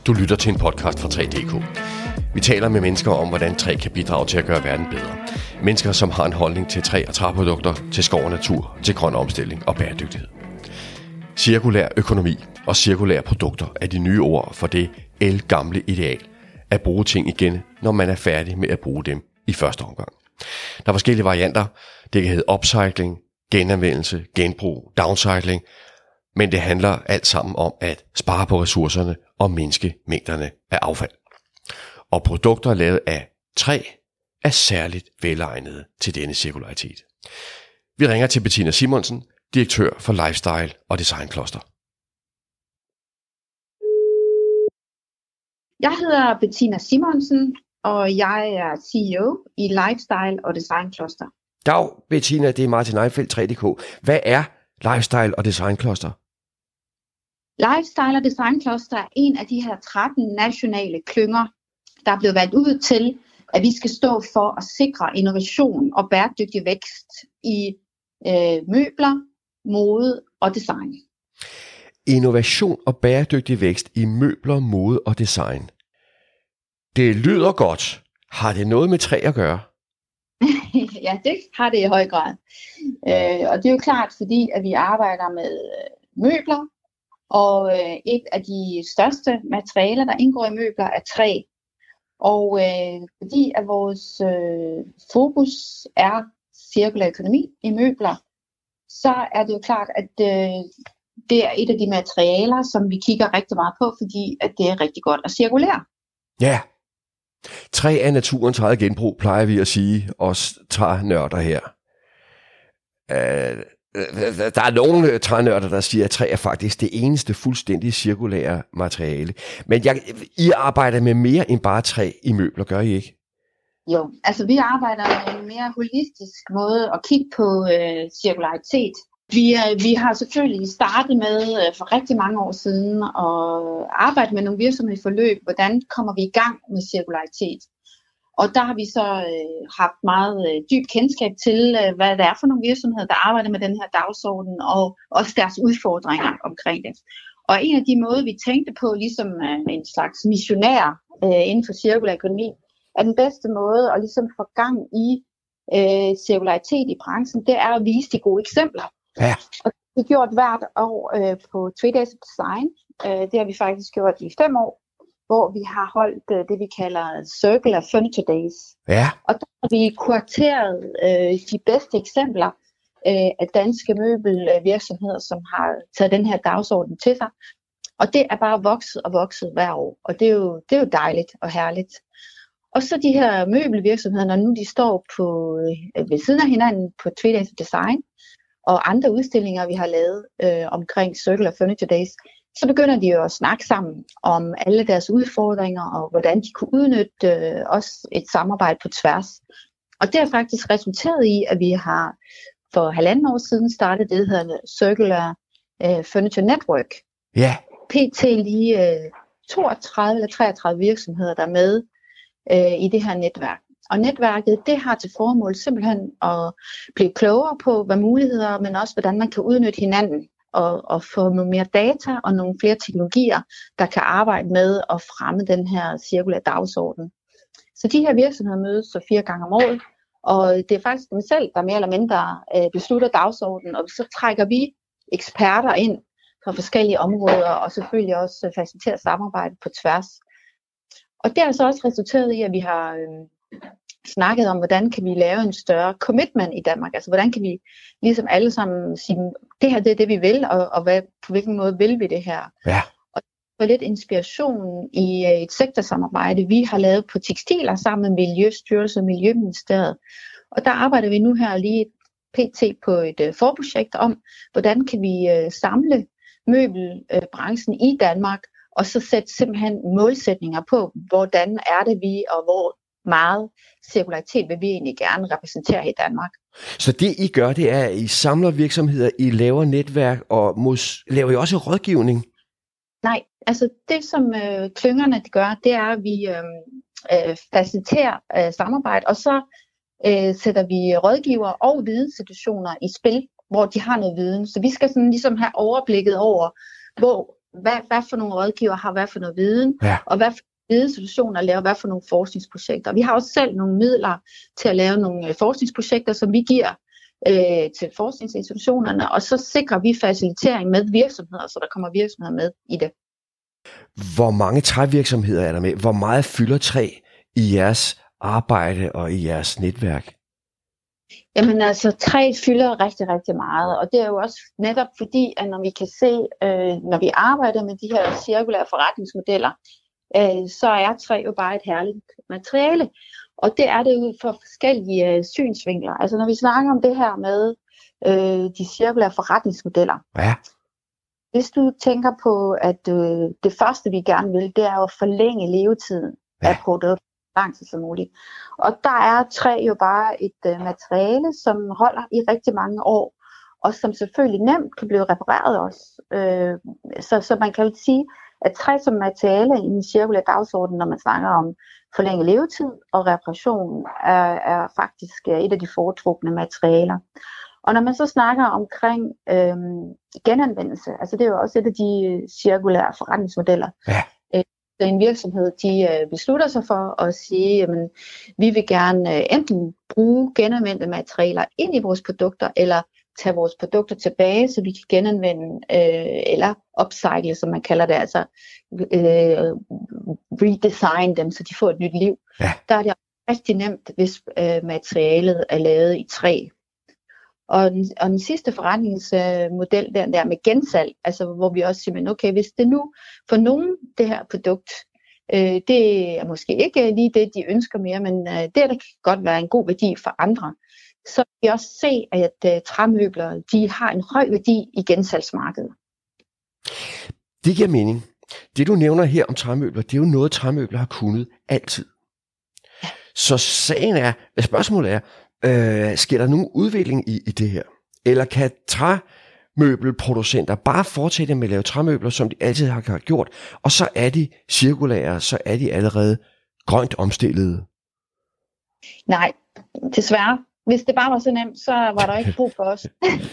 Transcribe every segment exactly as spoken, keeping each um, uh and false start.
Du lytter til en podcast fra tre punktum d k. Vi taler med mennesker om, hvordan træ kan bidrage til at gøre verden bedre. Mennesker, som har en holdning til træ og træprodukter, til skov og natur, til grøn omstilling og bæredygtighed. Cirkulær økonomi og cirkulære produkter er de nye ord for det ældgamle ideal at bruge ting igen, når man er færdig med at bruge dem i første omgang. Der er forskellige varianter. Det kan hedde upcycling, genanvendelse, genbrug, downcycling, men det handler alt sammen om at spare på ressourcerne og mindske mængderne af affald. Og produkter lavet af træ er særligt velegnede til denne cirkularitet. Vi ringer til Bettina Simonsen, direktør for Lifestyle og Design Cluster. Jeg hedder Bettina Simonsen, og jeg er C E O i Lifestyle og Design Cluster. Dag Bettina, det er Martin Einfeldt, tre punktum d k. Hvad er Lifestyle og Design Cluster? Lifestyle og Design Cluster er en af de her tretten nationale klynger, der er blevet valgt ud til, at vi skal stå for at sikre innovation og bæredygtig vækst i øh, møbler, mode og design. Innovation og bæredygtig vækst i møbler, mode og design. Det lyder godt. Har det noget med træ at gøre? Ja, det har det i høj grad. Øh, og det er jo klart, fordi at vi arbejder med møbler, og øh, et af de største materialer, der indgår i møbler, er træ. Og øh, fordi at vores øh, fokus er cirkulær økonomi i møbler, så er det jo klart, at øh, det er et af de materialer, som vi kigger rigtig meget på, fordi at det er rigtig godt at cirkulere. Ja. Træ er naturens eget genbrug, plejer vi at sige, os trænørder her. Uh, der er nogle trænørder, der siger, at træ er faktisk det eneste fuldstændig cirkulære materiale. Men jeg, I arbejder med mere end bare træ i møbler, gør I ikke? Jo, altså vi arbejder med en mere holistisk måde at kigge på øh, cirkularitet. Vi, øh, vi har selvfølgelig startet med øh, for rigtig mange år siden at arbejde med nogle virksomhedsforløb. Hvordan kommer vi i gang med cirkularitet? Og der har vi så øh, haft meget øh, dyb kendskab til, øh, hvad det er for nogle virksomheder, der arbejder med den her dagsorden, og også deres udfordringer omkring det. Og en af de måder, vi tænkte på, ligesom øh, en slags missionær øh, inden for cirkulær økonomi, er den bedste måde at ligesom få gang i øh, cirkularitet i branchen, det er at vise de gode eksempler. Ja. Og det har vi gjort hvert år øh, på Three Days of Design. Øh, det har vi faktisk gjort i fem år, hvor vi har holdt øh, det, vi kalder Circular Furniture Days. Ja. Og der har vi kurateret øh, de bedste eksempler øh, af danske møbelvirksomheder, som har taget den her dagsorden til sig. Og det er bare vokset og vokset hver år. Og det er jo, det er jo dejligt og herligt. Og så de her møbelvirksomheder, når nu de står på, øh, ved siden af hinanden på Three Days of Design, og andre udstillinger, vi har lavet øh, omkring Circular Furniture Days, så begynder de jo at snakke sammen om alle deres udfordringer, og hvordan de kunne udnytte øh, også et samarbejde på tværs. Og det har faktisk resulteret i, at vi har for halvanden år siden startet det, der hedder Circular øh, Furniture Network. Ja. P T lige øh, toogtredive eller treogtredive virksomheder, der er med øh, i det her netværk. Og netværket, det har til formål simpelthen at blive klogere på, hvad muligheder, men også hvordan man kan udnytte hinanden og, og få nogle mere data og nogle flere teknologier, der kan arbejde med at fremme den her cirkulære dagsorden. Så de her virksomheder mødes så fire gange om året, og det er faktisk dem selv, der mere eller mindre øh, beslutter dagsordenen, og så trækker vi eksperter ind fra forskellige områder, og selvfølgelig også faciliterer samarbejde på tværs. Og det har så også resulteret i, at vi har øh, snakket om, hvordan kan vi lave en større commitment i Danmark. Altså, hvordan kan vi ligesom alle sammen sige, det her det er det, vi vil, og, og hvad, på hvilken måde vil vi det her. Ja. Og det er lidt inspiration i et sektorsamarbejde, vi har lavet på tekstiler sammen med Miljøstyrelsen og Miljøministeriet. Og der arbejder vi nu her lige pt. På et uh, forprojekt om, hvordan kan vi uh, samle møbelbranchen i Danmark, og så sætte simpelthen målsætninger på, hvordan er det vi, og hvor meget cirkularitet vil vi egentlig gerne repræsentere i Danmark. Så det I gør, det er, at I samler virksomheder, I laver netværk, og mås- laver I også rådgivning? Nej, altså det som øh, klyngerne de gør, det er, at vi øh, øh, faciliterer øh, samarbejde, og så øh, sætter vi rådgivere og vidensinstitutioner i spil, hvor de har noget viden. Så vi skal sådan ligesom have overblikket over, hvor hvad, hvad for nogle rådgiver har hvad for noget viden, ja. og hvad for vidensinstitutioner laver hvad for nogle forskningsprojekter. Vi har også selv nogle midler til at lave nogle forskningsprojekter, som vi giver øh, til forskningsinstitutionerne, og så sikrer vi facilitering med virksomheder, så der kommer virksomheder med i det. Hvor mange trævirksomheder er der med? Hvor meget fylder træ i jeres arbejde og i jeres netværk? Jamen altså, træet fylder rigtig, rigtig meget, og det er jo også netop fordi, at når vi kan se, øh, når vi arbejder med de her cirkulære forretningsmodeller, øh, så er træ jo bare et herligt materiale, og det er det ud fra forskellige øh, synsvinkler. Altså når vi snakker om det her med øh, de cirkulære forretningsmodeller, ja. Hvis du tænker på, at øh, det første vi gerne vil, det er jo at forlænge levetiden ja. Af produktet så lang tid som muligt. Og der er træ jo bare et øh, materiale, som holder i rigtig mange år, og som selvfølgelig nemt kan blive repareret også. Øh, så, så man kan jo sige, at træ som materiale i en cirkulær dagsorden, når man snakker om forlænget levetid og reparation, er, er faktisk et af de foretrukne materialer. Og når man så snakker omkring øhm, genanvendelse, altså det er jo også et af de cirkulære forretningsmodeller. Ja. Øh, en virksomhed, de øh, beslutter sig for at sige, jamen, vi vil gerne øh, enten bruge genanvendte materialer ind i vores produkter, eller tage vores produkter tilbage, så vi kan genanvende øh, eller upcycle, som man kalder det, altså øh, redesign dem, så de får et nyt liv. Ja. Der er det rigtig nemt, hvis øh, materialet er lavet i træ. Og den, og den sidste forretningsmodel, øh, der, der med gensalg, altså hvor vi også siger, okay, hvis det nu for nogen det her produkt, øh, det er måske ikke lige det, de ønsker mere, men øh, det der kan godt være en god værdi for andre, så kan vi også se, at øh, træmøbler, de har en høj værdi i gensalgsmarkedet. Det giver mening. Det du nævner her om træmøbler, det er jo noget, træmøbler har kunnet altid. Ja. Så sagen er, spørgsmålet er, Øh, sker der nogen udvikling i, i det her? Eller kan træmøbelproducenter bare fortsætte med at lave træmøbler, som de altid har gjort, og så er de cirkulære, så er de allerede grønt omstillede? Nej, desværre. Hvis det bare var så nemt, så var der ikke brug for os.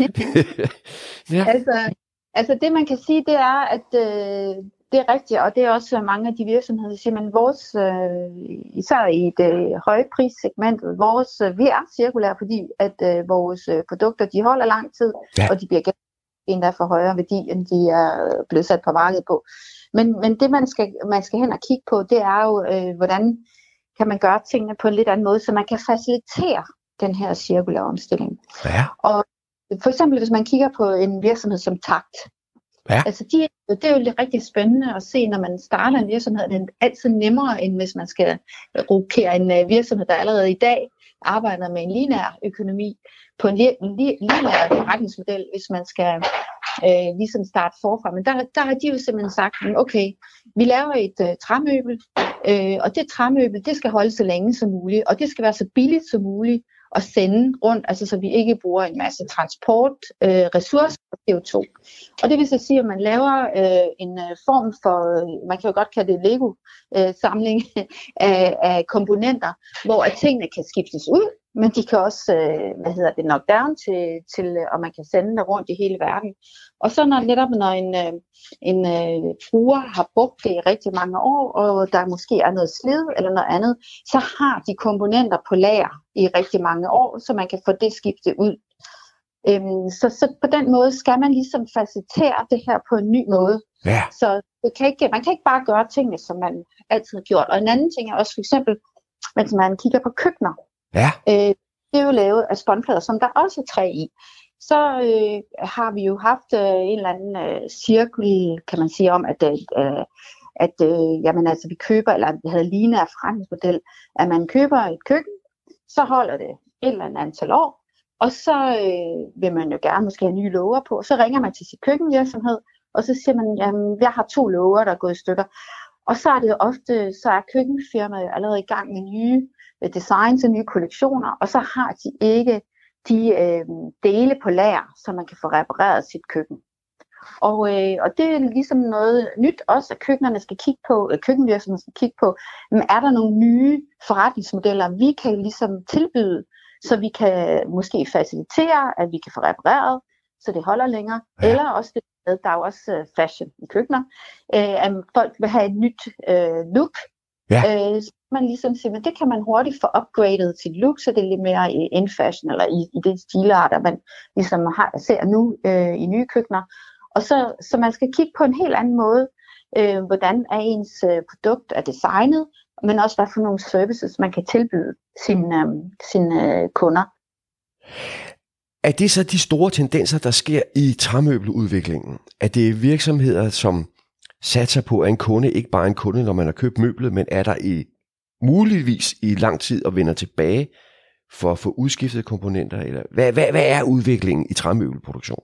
ja. altså, altså det man kan sige, det er, at øh, det er rigtigt, og det er også mange af de virksomheder, der siger, men vores, øh, især i det høje prissegment, vores, øh, vi er cirkulære, fordi at øh, vores øh, produkter, de holder lang tid, ja. Og de bliver gennem endda for højere værdi, end de er blevet sat på markedet på. Men, men det man skal, man skal hen og kigge på, det er jo, øh, hvordan kan man gøre tingene på en lidt anden måde, så man kan facilitere den her cirkulære omstilling. Ja. Og for eksempel, hvis man kigger på en virksomhed som Takt, ja. Altså de, det er jo lidt rigtig spændende at se, når man starter en virksomhed, det er altid nemmere, end hvis man skal rokere en virksomhed, der allerede i dag arbejder med en lineær økonomi, på en lineær forretningsmodel, hvis man skal øh, ligesom starte forfra. Men der, der har de jo simpelthen sagt, okay, vi laver et øh, træmøbel, øh, og det træmøbel, det skal holde så længe som muligt, og det skal være så billigt som muligt at sende rundt, altså så vi ikke bruger en masse transport, øh, ressourcer og C O to. Og det vil så sige, at man laver øh, en øh, form for, øh, man kan jo godt kalde det Lego-samling øh, af, af komponenter, hvor at tingene kan skiftes ud, men de kan også, øh, hvad hedder det, knock down til, til, og man kan sende det rundt i hele verden. Og så når netop når en, øh, en øh, bruger har brugt det i rigtig mange år, og der måske er noget slid eller noget andet, så har de komponenter på lager i rigtig mange år, så man kan få det skiftet ud. Øhm, så, så på den måde skal man ligesom facilitere det her på en ny måde. Ja. Så det kan ikke, man kan ikke bare gøre tingene, som man altid har gjort. Og en anden ting er også for eksempel, hvis man kigger på køkkener. Ja. Øh, det er jo lavet af spånplader, som der også er træ i. Så øh, har vi jo haft øh, en eller anden øh, cirkel, kan man sige, om, at, øh, at øh, jamen, altså, vi køber, eller det hedder lineær forretningsmodel, at man køber et køkken, så holder det et eller andet antal år, og så øh, vil man jo gerne måske have nye låger på, så ringer man til sit køkkenvirksomhed, og så siger man, jamen, jeg har to låger, der er gået i stykker. Og så er det jo ofte, så er køkkenfirmaet jo allerede i gang med nye designs og nye kollektioner, og så har de ikke de øh, dele på lager, så man kan få repareret sit køkken. Og, øh, og det er ligesom noget nyt også, at køkkenerne skal kigge på, at køkkenvirksomheden skal kigge på, men er der nogle nye forretningsmodeller, vi kan ligesom tilbyde, så vi kan måske facilitere, at vi kan få repareret, så det holder længere, ja. Eller også det der er jo også uh, fashion i køkkener, øh, at folk vil have et nyt øh, look. Ja. Øh, så man ligesom siger, men det kan man hurtigt få upgradet sit look, så det er lidt mere i in fashion, eller i, i det stilarter, man ligesom har, ser nu øh, i nye køkkener. Og så, så man skal kigge på en helt anden måde, øh, hvordan er ens øh, produkt er designet, men også hvad for nogle services, man kan tilbyde sine, øh, sine øh, kunder. Er det så de store tendenser, der sker i træmøbeludviklingen? At det er virksomheder, som satser på, at en kunde ikke bare er en kunde, når man har købt møblet, men er der i muligvis i lang tid og vender tilbage for at få udskiftet komponenter? Eller hvad, hvad, hvad er udviklingen i træmøbelproduktion?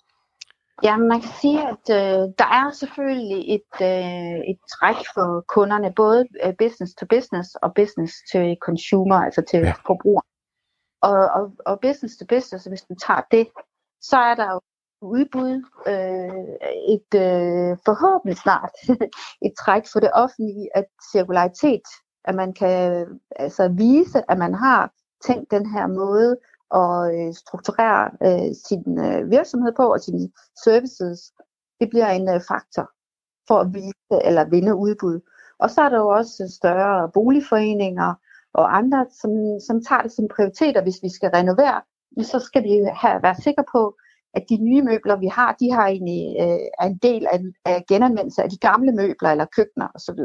Ja, man kan sige, at øh, der er selvfølgelig et, øh, et træk for kunderne, både business to business og business to consumer, altså til ja. forbruger. Og, og, og business to business, hvis du tager det, så er der jo udbud, øh, et øh, forhåbentlig snart et træk for det offentlige, at cirkularitet, at man kan altså vise, at man har tænkt den her måde at øh, strukturere øh, sin øh, virksomhed på og sine services, det bliver en øh, faktor for at vise eller vinde udbud. Og så er der jo også større boligforeninger og andre, som, som tager det som prioriteter, hvis vi skal renovere, så skal vi have, være sikre på, at de nye møbler, vi har, de har egentlig øh, er en del af, af genanvendelse af de gamle møbler eller køkkener osv.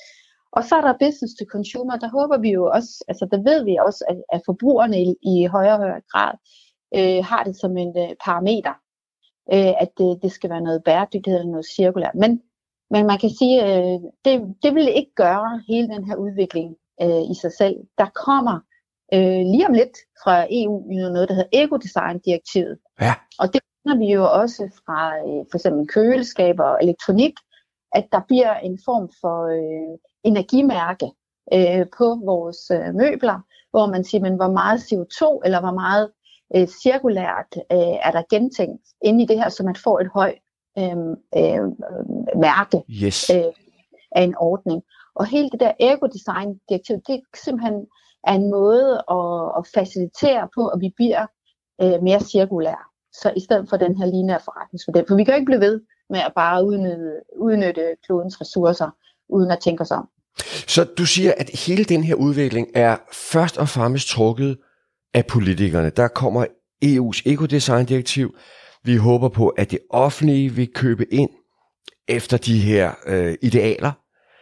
Og så er der business to consumer, der håber vi jo også, altså der ved vi også, at, at forbrugerne i, i højere og højere grad øh, har det som en øh, parameter, øh, at det, det skal være noget bæredygtighed eller noget cirkulært. Men, men man kan sige, øh, det, det vil ikke gøre hele den her udvikling øh, i sig selv. Der kommer øh, lige om lidt fra E U noget, der hedder Ecodesign-direktivet. Ja. Og det kender vi jo også fra øh, for eksempel køleskaber og elektronik, at der bliver en form for øh, energimærke øh, på vores øh, møbler, hvor man siger, men hvor meget C O to eller hvor meget øh, cirkulært øh, er der gentænkt inde i det her, så man får et højt øh, øh, mærke yes. øh, af en ordning. Og hele det der ecodesign-direktiv, det simpelthen er en måde at, at facilitere på, at vi bliver øh, mere cirkulære. Så i stedet for den her lineære forretningsmodel. For vi kan jo ikke blive ved med at bare udnytte, udnytte klodens ressourcer, uden at tænke os om. Så du siger, at hele den her udvikling er først og fremmest trukket af politikerne. Der kommer E U's ecodesign-direktiv. Vi håber på, at det offentlige vil købe ind efter de her øh, idealer.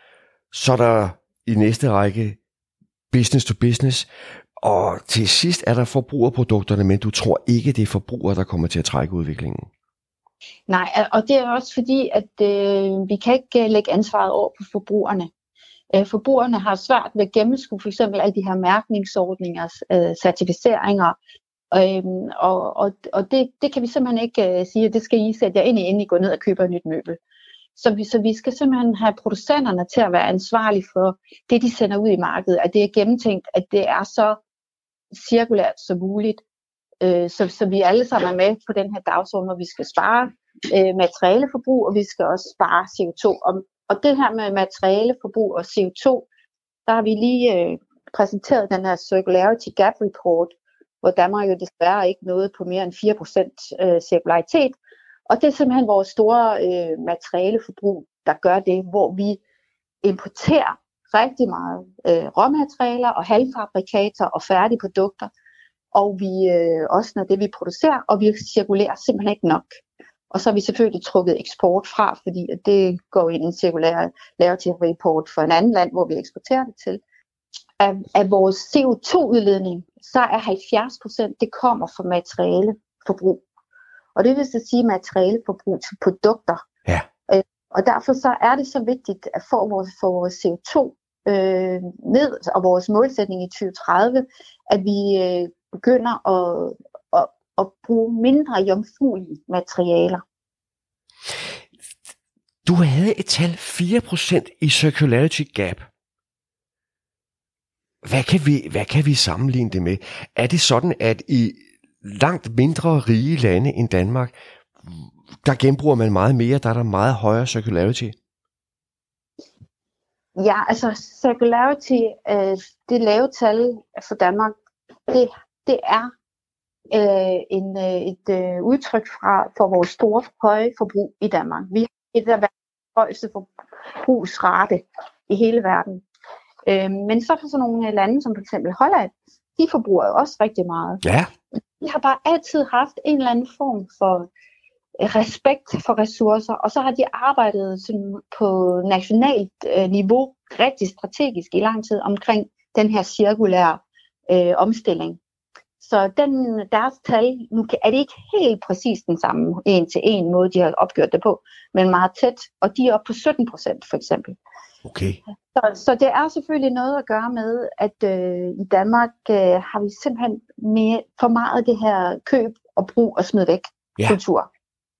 Så er der i næste række business to business. Og til sidst er der forbrugerprodukterne, men du tror ikke, det er forbrugere, der kommer til at trække udviklingen? Nej, og det er også fordi, at øh, vi kan ikke lægge ansvaret over på forbrugerne. Øh, forbrugerne har svært ved at gennemskue for eksempel alle de her mærkningsordninger, øh, certificeringer, øh, og, og, og det, det kan vi simpelthen ikke øh, sige, at det skal I sætte jer ind i, inden I går ned og køber et nyt møbel. Så vi, så vi skal simpelthen have producenterne til at være ansvarlige for det, de sender ud i markedet, at det er gennemtænkt, at det er så cirkulært som muligt, øh, så, så vi alle sammen er med på den her dagsorden, hvor vi skal spare øh, materialeforbrug, og vi skal også spare C O to. Og, og det her med materialeforbrug og C O to, der har vi lige øh, præsenteret den her Circularity Gap Report, hvor Danmark jo desværre ikke nåede på mere end fire procent øh, cirkularitet. Og det er simpelthen vores store øh, materialeforbrug, der gør det, hvor vi importerer rigtig meget øh, råmaterialer og halvfabrikater og færdige produkter. Og vi øh, også når det vi producerer, og vi cirkulerer simpelthen ikke nok. Og så har vi selvfølgelig trukket eksport fra, fordi det går ind i en circularity report for en anden land, hvor vi eksporterer det til. Af, af vores C O to udledning, så er halvfjerds procent, det kommer fra materialeforbrug. Og det vil så sige materialeforbrug til produkter. Ja. Øh, og derfor så er det så vigtigt at få vores, for vores C O to øh, ned, og vores målsætning i tyve tredive, at vi øh, begynder at, at, at bruge mindre jomfruelige materialer. Du havde et tal fire procent i Circularity Gap. Hvad kan vi, hvad kan vi sammenligne det med? Er det sådan, at i langt mindre rige lande end Danmark, der genbruger man meget mere, der er der meget højere circularity? Ja, altså circularity, øh, det lave tal for Danmark, det, det er øh, en, øh, et øh, udtryk fra for vores store høje forbrug i Danmark. Vi har et af verdens højeste forbrugsrate i hele verden. Øh, men så for sådan nogle lande som for eksempel Holland, de forbruger jo også rigtig meget. Ja. De har bare altid haft en eller anden form for respekt for ressourcer, og så har de arbejdet sådan på nationalt øh, niveau rigtig strategisk i lang tid omkring den her cirkulære øh, omstilling. Så den, deres tal, nu er det ikke helt præcis den samme en til en måde, de har opgjort det på, men meget tæt, og de er oppe på sytten procent for eksempel. Okay. Så, så det er selvfølgelig noget at gøre med, at øh, i Danmark øh, har vi simpelthen mere, for meget det her køb og brug og smid væk Ja. kultur.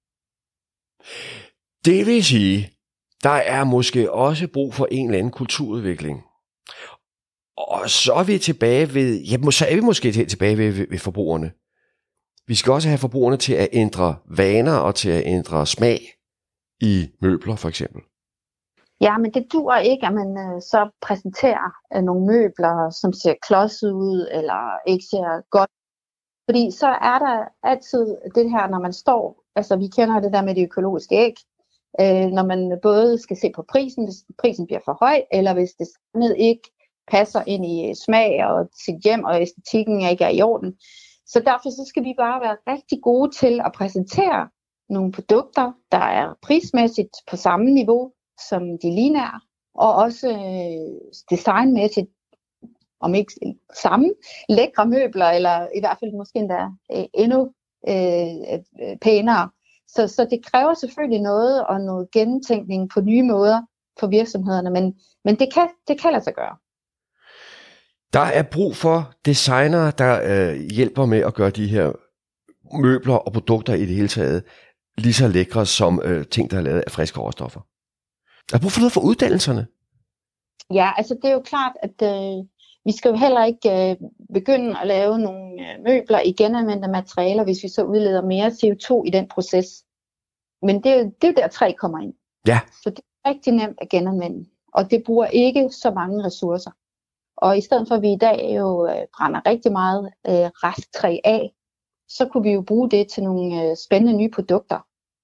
Det vil sige, der er måske også brug for en eller anden kulturudvikling. Og så er vi tilbage ved, ja, så er vi måske tilbage ved, ved, ved forbrugerne. Vi skal også have forbrugerne til at ændre vaner og til at ændre smag i møbler for eksempel. Ja, men det dur ikke, at man øh, så præsenterer øh, nogle møbler, som ser klodset ud eller ikke ser godt. Fordi så er der altid det her, når man står, altså vi kender det der med de økologiske æg, øh, når man både skal se på prisen, hvis prisen bliver for høj, eller hvis det samlet ikke passer ind i smag og sit hjem, og æstetikken ikke er i orden. Så derfor så skal vi bare være rigtig gode til at præsentere nogle produkter, der er prismæssigt på samme niveau, som de lineære, og også øh, designmæssigt, om ikke samme, lækre møbler, eller i hvert fald måske endda øh, endnu øh, pænere. Så, så det kræver selvfølgelig noget, og noget gentænkning på nye måder for virksomhederne, men, men det, kan, det kan lade sig gøre. Der er brug for designere, der øh, hjælper med at gøre de her møbler og produkter i det hele taget lige så lækre som øh, ting, der er lavet af friske råstoffer. Der er brug for noget for uddannelserne. Ja, altså det er jo klart, at øh, vi skal jo heller ikke øh, begynde at lave nogle øh, møbler i genanvendte materialer, hvis vi så udleder mere C O to i den proces. Men det er jo, det er jo der træ kommer ind. Ja. Så det er rigtig nemt at genanvende, og det bruger ikke så mange ressourcer. Og i stedet for at vi i dag jo øh, brænder rigtig meget øh, resttræ af, så kunne vi jo bruge det til nogle øh, spændende nye produkter.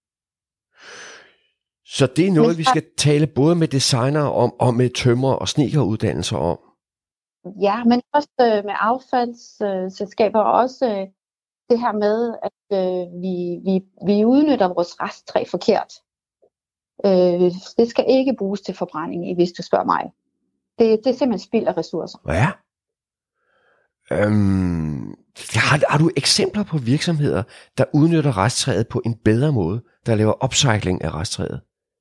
Så det er noget, Men, vi skal tale både med designere om, og med tømrer og snedkeruddannelser om? Ja, men også øh, med affaldsselskaber, øh, og også øh, det her med, at øh, vi, vi, vi udnytter vores resttræ forkert. Øh, det skal ikke bruges til forbrænding, hvis du spørger mig. Det, det er simpelthen spild af ressourcer. Ja. Øhm, har, har du eksempler på virksomheder, der udnytter resttræet på en bedre måde, der laver upcycling af resttræet?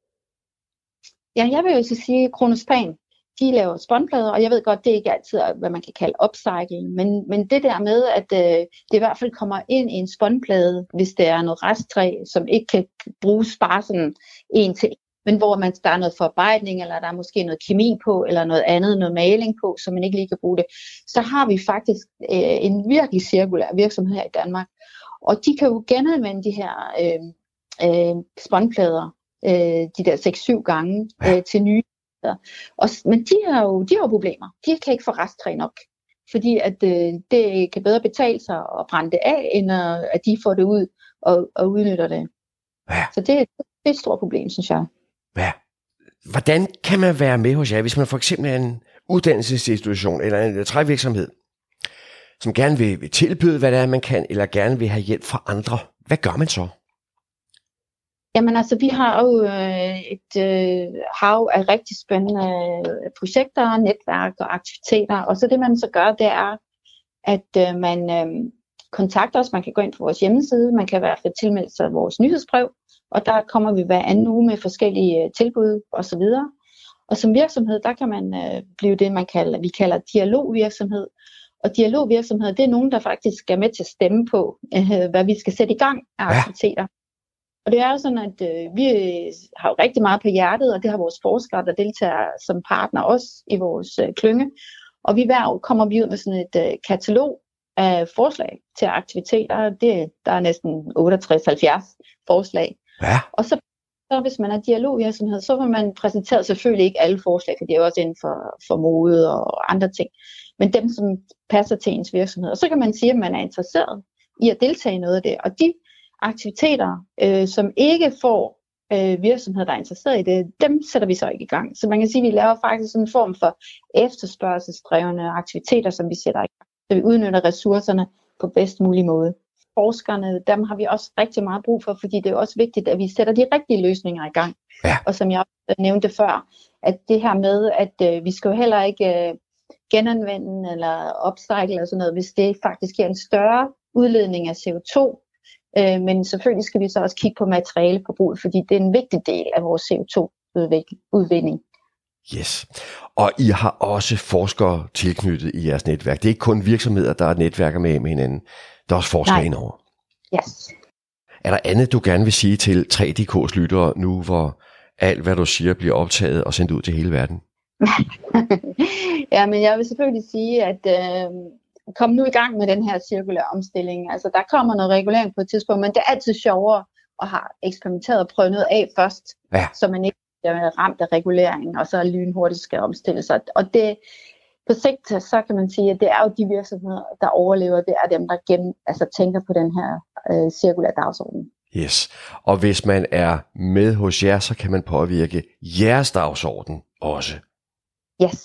Ja, jeg vil jo så sige, at Kronospan, de laver spånplader, og jeg ved godt, det er ikke altid, hvad man kan kalde upcycling, men, men det der med, at øh, det i hvert fald kommer ind i en spånplade, hvis det er noget resttræ, som ikke kan bruges bare sådan en til en, men hvor man, der er noget forarbejdning, eller der er måske noget kemi på, eller noget andet, noget maling på, så man ikke lige kan bruge det, så har vi faktisk øh, en virkelig cirkulær virksomhed her i Danmark. Og de kan jo genanvende de her øh, øh, spånplader, øh, de der seks syv gange øh, til nye. Og, men de har, jo, de har jo problemer. De kan ikke få resttræ nok, fordi at, øh, det kan bedre betale sig at brænde det af, end at, at de får det ud og, og udnytter det. Ja. Så det, det er et stort problem, synes jeg. Ja. Hvordan kan man være med hos jer, hvis man for eksempel er en uddannelsesinstitution eller en trævirksomhed, som gerne vil, vil tilbyde, hvad det er, man kan, eller gerne vil have hjælp fra andre? Hvad gør man så? Jamen altså, vi har jo øh, et øh, hav af rigtig spændende projekter, netværk og aktiviteter, og så det man så gør, det er, at øh, man øh, kontakter os. Man kan gå ind på vores hjemmeside, man kan i hvert fald tilmelde sig vores nyhedsbrev, og der kommer vi hver anden uge med forskellige tilbud osv. Og som virksomhed, der kan man øh, blive det, man kalder, vi kalder dialogvirksomhed. Og dialogvirksomhed, det er nogen, der faktisk er med til at stemme på, øh, hvad vi skal sætte i gang af aktiviteter. Ja. Og det er jo sådan, at øh, vi har jo rigtig meget på hjertet, og det har vores forskere, der deltager som partner også i vores øh, klynge. Og vi hver år kommer vi ud med sådan et øh, katalog af forslag til aktiviteter. Det, der er næsten otteogtres til halvfjerds forslag. Ja. Og så, så hvis man er dialogvirksomhed, så vil man præsentere selvfølgelig ikke alle forslag, for det er jo også inden for, for mode og andre ting. Men dem, som passer til ens virksomhed. Og så kan man sige, at man er interesseret. i at deltage i noget af det. Og de aktiviteter, øh, som ikke får øh, virksomheder, der er interesseret i det, dem sætter vi så ikke i gang. Så man kan sige, at vi laver faktisk en form for efterspørgselsdrevne aktiviteter, som vi sætter i gang. Så vi udnytter ressourcerne på bedst mulig måde. Forskerne, dem har vi også rigtig meget brug for, fordi det er også vigtigt, at vi sætter de rigtige løsninger i gang. Ja. Og som jeg også nævnte før, at det her med, at øh, vi skal jo heller ikke øh, genanvende eller upcycle eller sådan noget, hvis det faktisk giver en større udledning af C O to. Øh, men selvfølgelig skal vi så også kigge på materialeforbruget, fordi det er en vigtig del af vores C O to udvinding. Yes. Og I har også forskere tilknyttet i jeres netværk. Det er ikke kun virksomheder, der netværker med, med hinanden. Der er også forskere indover. Yes. Er der andet, du gerne vil sige til tre D K's lyttere nu, hvor alt, hvad du siger, bliver optaget og sendt ud til hele verden? Ja, men jeg vil selvfølgelig sige, at øh, kom nu i gang med den her cirkulære omstilling. Altså, der kommer noget regulering på et tidspunkt, men det er altid sjovere at have eksperimenteret og prøvet noget af først, ja. Så man ikke bliver ramt af reguleringen, og så lynhurtigt skal omstille sig. Og det på sigt, så kan man sige, at det er jo de virksomheder, der overlever, det er dem, der gennem, altså, tænker på den her øh, cirkulære dagsorden. Yes, og hvis man er med hos jer, så kan man påvirke jeres dagsorden også. Yes.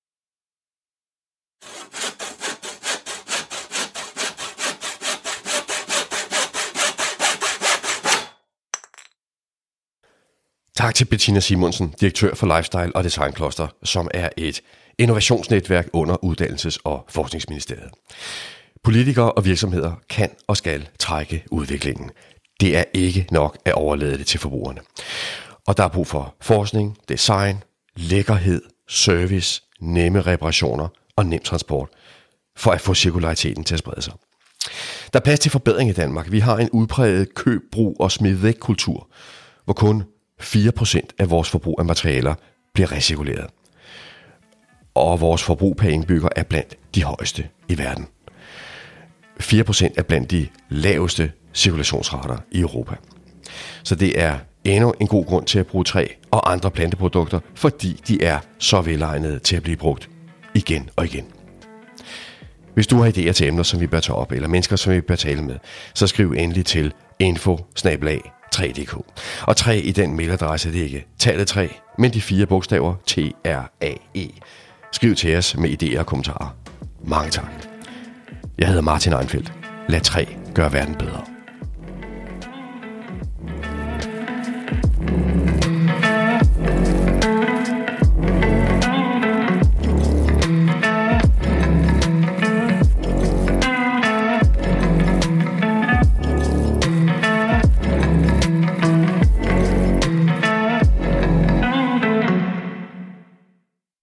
Tak til Bettina Simonsen, direktør for Lifestyle og Design Cluster, som er et innovationsnetværk under Uddannelses- og Forskningsministeriet. Politikere og virksomheder kan og skal trække udviklingen. Det er ikke nok at overlade det til forbrugerne. Og der er brug for forskning, design, lækkerhed, service, nemme reparationer og nem transport for at få cirkulariteten til at sprede sig. Der er plads til forbedring i Danmark. Vi har en udpræget køb, brug og smid væk kultur, hvor kun fire procent af vores forbrug af materialer bliver recirkuleret. Og vores forbrug per indbygger er blandt de højeste i verden. fire procent er blandt de laveste cirkulationsrater i Europa. Så det er endnu en god grund til at bruge træ og andre planteprodukter, fordi de er så velegnede til at blive brugt igen og igen. Hvis du har idéer til emner, som vi bør tage op, eller mennesker, som vi bør tale med, så skriv endelig til info bindestreg tre punktum d k. Og træ i den mailadresse, det er ikke tallet tre, men de fire bogstaver T R A E. Skriv til os med idéer og kommentarer. Mange tak. Jeg hedder Martin Einfeldt. Lad træ gøre verden bedre.